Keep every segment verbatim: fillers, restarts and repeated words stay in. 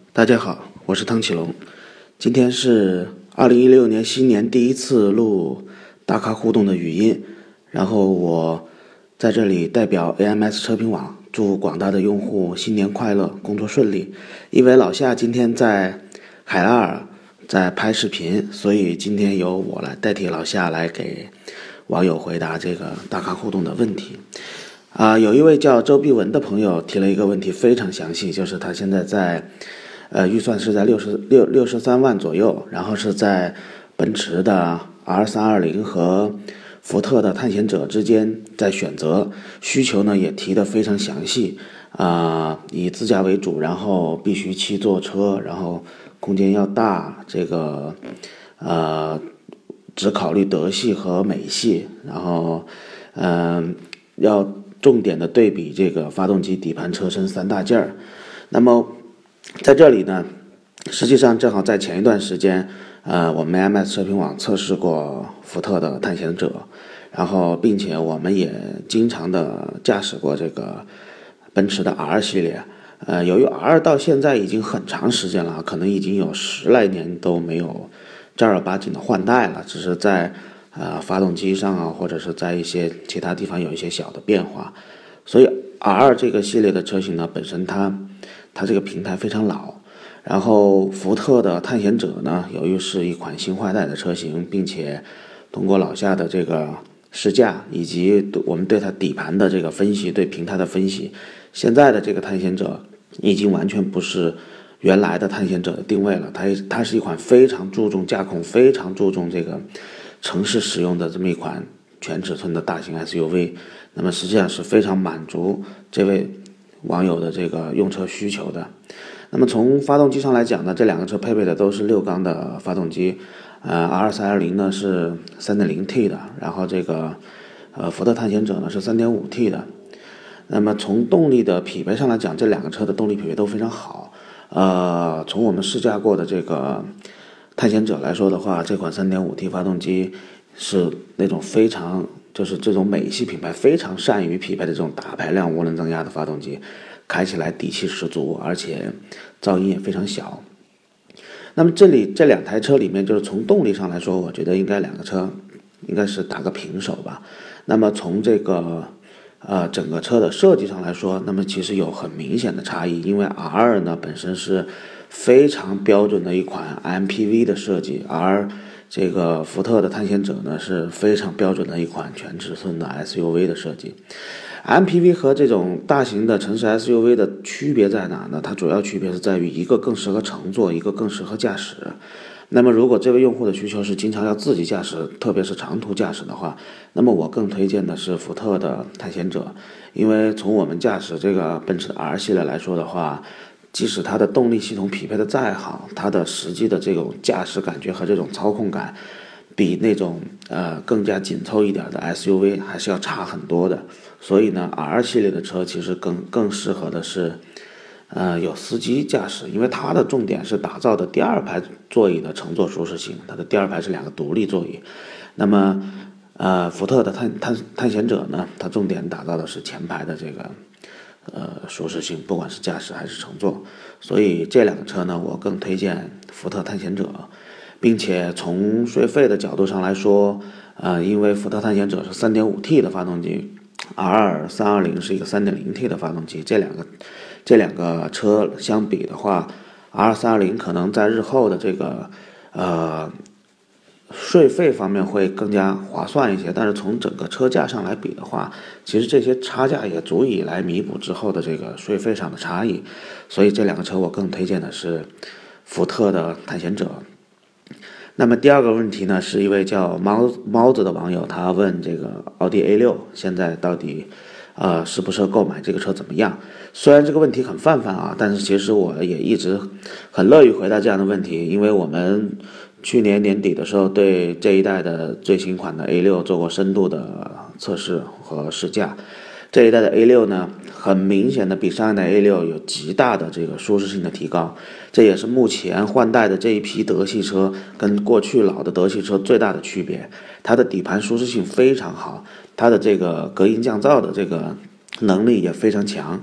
大家好，我是汤启龙。今天是二零一六年新年第一次录大咖互动的语音，然后我在这里代表 A M S 车评网祝广大的用户新年快乐，工作顺利。因为老夏今天在海拉尔在拍视频，所以今天由我来代替老夏来给网友回答这个大咖互动的问题。啊、呃，有一位叫周碧文的朋友提了一个问题，非常详细，就是他现在在呃，预算是在六十六六十三万左右，然后是在奔驰的 R 三二零和福特的探险者之间在选择，需求呢也提得非常详细啊、呃，以自驾为主，然后必须七座车，然后空间要大，这个呃只考虑德系和美系，然后嗯、呃、要重点的对比这个发动机、底盘、车身三大件儿，那么。在这里呢，实际上正好在前一段时间，呃，我们 A M S 车评网测试过福特的探险者，然后并且我们也经常的驾驶过这个奔驰的 R 系列。呃，由于 R 到现在已经很长时间了，可能已经有十来年都没有正儿八经的换代了，只是在呃发动机上啊，或者是在一些其他地方有一些小的变化。所以 R 这个系列的车型呢，本身它它这个平台非常老，然后福特的探险者呢，由于是一款新换代的车型，并且通过老夏的这个试驾以及我们对它底盘的这个分析，对平台的分析，现在的这个探险者已经完全不是原来的探险者的定位了，它它是一款非常注重驾控、非常注重这个城市使用的这么一款全尺寸的大型 S U V， 那么实际上是非常满足这位网友的这个用车需求的。那么从发动机上来讲呢，这两个车配备的都是六缸的发动机，呃 R 三二零呢是 三点零 T 的，然后这个呃福特探险者呢是 三点五 T 的。那么从动力的匹配上来讲，这两个车的动力匹配都非常好。呃，从我们试驾过的这个探险者来说的话，这款 三点五 T 发动机是那种非常就是这种美系品牌非常善于匹配的这种大排量涡轮增压的发动机，开起来底气十足，而且噪音也非常小。那么这里这两台车里面，就是从动力上来说，我觉得应该两个车应该是打个平手吧。那么从这个呃整个车的设计上来说，那么其实有很明显的差异，因为 R 呢本身是非常标准的一款 M P V 的设计，而这个福特的探险者呢是非常标准的一款全尺寸的 S U V 的设计。M P V 和这种大型的城市 S U V 的区别在哪呢？它主要区别是在于一个更适合乘坐，一个更适合驾驶。那么如果这位用户的需求是经常要自己驾驶，特别是长途驾驶的话，那么我更推荐的是福特的探险者，因为从我们驾驶这个奔驰的 R 系列来说的话，即使它的动力系统匹配的再好，它的实际的这种驾驶感觉和这种操控感比那种呃更加紧凑一点的 S U V 还是要差很多的。所以呢 R 系列的车其实更更适合的是呃有司机驾驶，因为它的重点是打造的第二排座椅的乘坐舒适性，它的第二排是两个独立座椅。那么呃福特的探探探险者呢，它重点打造的是前排的这个呃，舒适性，不管是驾驶还是乘坐，所以这两个车呢，我更推荐福特探险者，并且从税费的角度上来说，呃，因为福特探险者是 三点五 T 的发动机 ，R 三二零是一个 三点零 T 的发动机，这两个这两个车相比的话 ，R 三二零可能在日后的这个呃。税费方面会更加划算一些，但是从整个车价上来比的话，其实这些差价也足以来弥补之后的这个税费上的差异，所以这两个车我更推荐的是福特的探险者。那么第二个问题呢，是一位叫猫猫子的网友，他问这个奥迪 A 六 现在到底呃适不适合购买，这个车怎么样？虽然这个问题很泛泛啊，但是其实我也一直很乐于回答这样的问题，因为我们去年年底的时候，对这一代的最新款的 A 六 做过深度的测试和试驾。这一代的 A 六 呢，很明显的比上一代 A 六 有极大的这个舒适性的提高，这也是目前换代的这一批德系车跟过去老的德系车最大的区别。它的底盘舒适性非常好，它的这个隔音降噪的这个能力也非常强。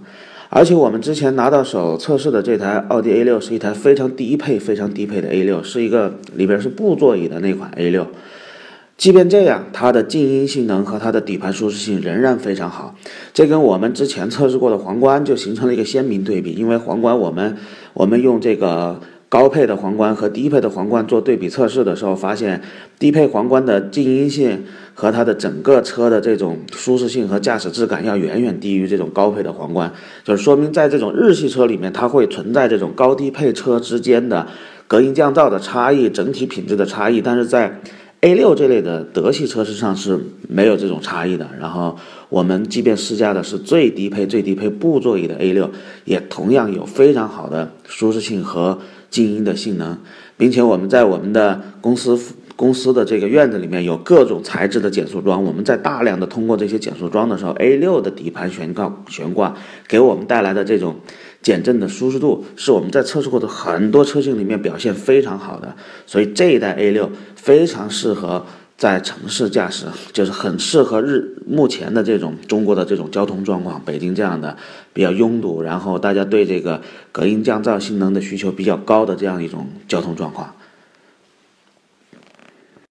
而且我们之前拿到手测试的这台奥迪 A 六是一台非常低配、非常低配的 A 六，是一个里边是布座椅的那款 A 六。即便这样，它的静音性能和它的底盘舒适性仍然非常好，这跟我们之前测试过的皇冠就形成了一个鲜明对比。因为皇冠我们我们用这个高配的皇冠和低配的皇冠做对比测试的时候，发现低配皇冠的静音性和它的整个车的这种舒适性和驾驶质感要远远低于这种高配的皇冠，就是说明在这种日系车里面，它会存在这种高低配车之间的隔音降噪的差异、整体品质的差异，但是在A 六这类的德系车身上是没有这种差异的。然后我们即便试驾的是最低配最低配布座椅的 A 六，也同样有非常好的舒适性和静音的性能，并且我们在我们的公司公司的这个院子里面有各种材质的减速桩，我们在大量的通过这些减速桩的时候， A 六的底盘悬挂悬挂给我们带来的这种减震的舒适度是我们在测试过的很多车型里面表现非常好的。所以这一代 A 六非常适合在城市驾驶，就是很适合日目前的这种中国的这种交通状况，北京这样的比较拥堵，然后大家对这个隔音降噪性能的需求比较高的这样一种交通状况。